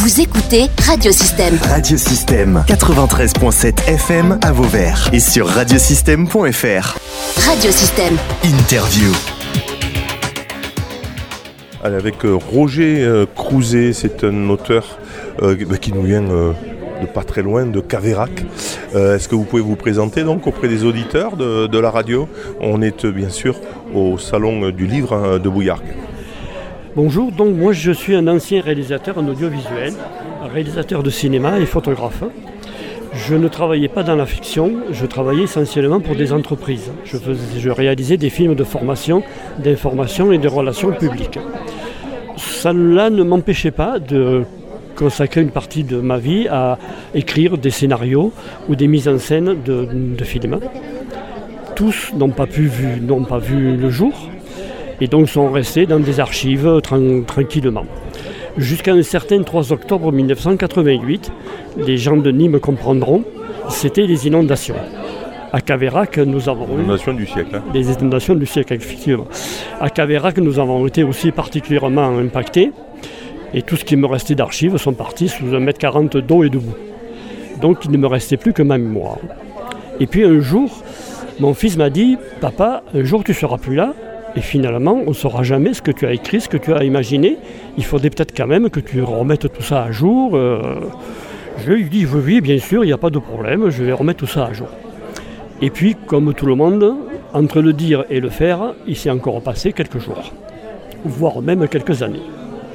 Vous écoutez Radiosystème. Radiosystème 93.7 FM à Vauvert et sur radiosystème.fr. Radiosystème. Interview. Allez, avec Roger Crouzet, c'est un auteur qui nous vient de pas très loin, de Caveyrac. Est-ce que vous pouvez vous présenter donc auprès des auditeurs de la radio? On est bien sûr au salon du livre de Bouillargues. Bonjour, donc moi je suis un ancien réalisateur en audiovisuel, réalisateur de cinéma et photographe. Je ne travaillais pas dans la fiction, je travaillais essentiellement pour des entreprises. Je réalisais des films de formation, d'information et de relations publiques. Cela ne m'empêchait pas de consacrer une partie de ma vie à écrire des scénarios ou des mises en scène de films. Tous n'ont pas vu le jour et donc sont restés dans des archives tranquillement. Jusqu'à un certain 3 octobre 1988, les gens de Nîmes comprendront, c'était les inondations. À Caveyrac, nous avons eu... Inondations du siècle. Hein. Les inondations du siècle, effectivement. À Caveyrac, nous avons été aussi particulièrement impactés. Et tout ce qui me restait d'archives sont partis sous 1,40 m d'eau et de boue. Donc il ne me restait plus que ma mémoire. Et puis un jour, mon fils m'a dit « Papa, un jour tu ne seras plus là. Et finalement, on ne saura jamais ce que tu as écrit, ce que tu as imaginé. Il faudrait peut-être quand même que tu remettes tout ça à jour. » Je lui dis « Oui, bien sûr, il n'y a pas de problème, je vais remettre tout ça à jour. » Et puis, comme tout le monde, entre le dire et le faire, il s'est encore passé quelques jours, voire même quelques années.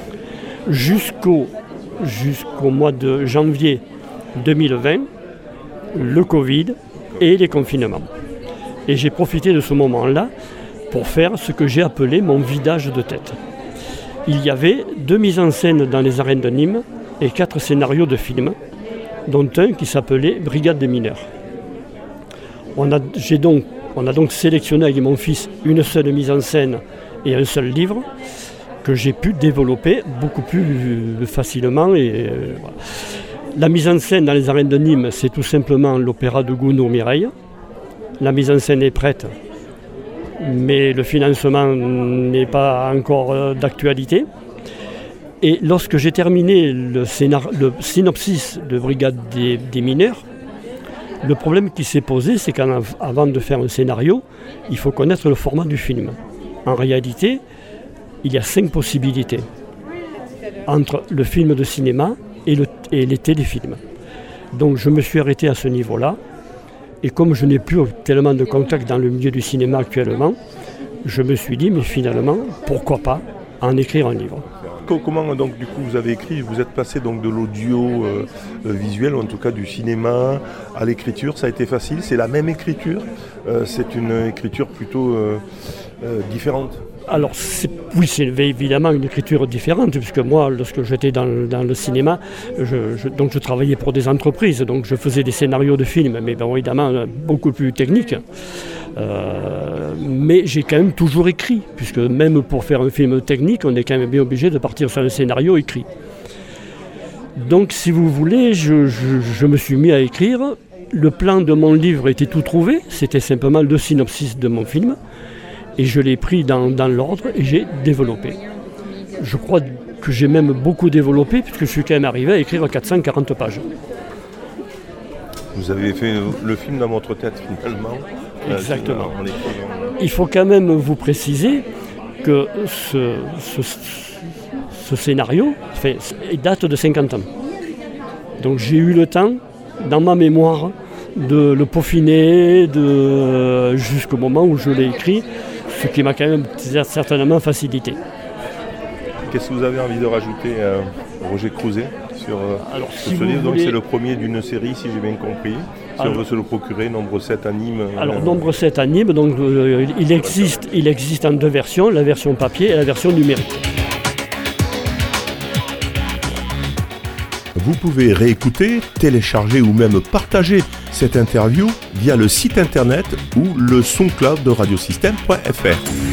Jusqu'au mois de janvier 2020, le Covid et les confinements. Et j'ai profité de ce moment-là pour faire ce que j'ai appelé mon vidage de tête. Il y avait 2 mises en scène dans les arènes de Nîmes et 4 scénarios de films, dont un qui s'appelait Brigade des mineurs. On a donc sélectionné avec mon fils une seule mise en scène et un seul livre que j'ai pu développer beaucoup plus facilement. Voilà. La mise en scène dans les arènes de Nîmes, c'est tout simplement l'opéra de Gounod Mireille. La mise en scène est prête, mais le financement n'est pas encore d'actualité. Et lorsque j'ai terminé le synopsis de Brigade des mineurs, le problème qui s'est posé, c'est qu'avant de faire un scénario, il faut connaître le format du film. En réalité, il y a 5 possibilités entre le film de cinéma et les téléfilms. Donc je me suis arrêté à ce niveau-là. Et comme je n'ai plus tellement de contact dans le milieu du cinéma actuellement, je me suis dit, mais finalement, pourquoi pas en écrire un livre. Comment donc du coup vous avez écrit, vous êtes passé donc de l'audio visuel, ou en tout cas du cinéma à l'écriture, ça a été facile, c'est la même écriture, c'est une écriture plutôt différente? Alors oui, c'est évidemment une écriture différente, puisque moi, lorsque j'étais dans le cinéma, je travaillais pour des entreprises, donc je faisais des scénarios de films, mais bien évidemment beaucoup plus techniques. Mais j'ai quand même toujours écrit, puisque même pour faire un film technique, on est quand même bien obligé de partir sur un scénario écrit. Donc si vous voulez, je me suis mis à écrire. Le plan de mon livre était tout trouvé, c'était simplement le synopsis de mon film. Et je l'ai pris dans l'ordre et j'ai développé. Je crois que j'ai même beaucoup développé, puisque je suis quand même arrivé à écrire 440 pages. Vous avez fait le film dans votre tête finalement. Exactement. Il faut quand même vous préciser que ce scénario date de 50 ans. Donc j'ai eu le temps, dans ma mémoire, de le peaufiner jusqu'au moment où je l'ai écrit, ce qui m'a quand même certainement facilité. Qu'est-ce que vous avez envie de rajouter, Roger Crouzet, sur ce livre? Donc c'est le premier d'une série, si j'ai bien compris. Si on veut se le procurer, nombre 7 à Nîmes. Alors nombre 7 à Nîmes, donc il existe en 2 versions, la version papier et la version numérique. Vous pouvez réécouter, télécharger ou même partager cette interview via le site internet ou le SoundCloud de radiosystème.fr.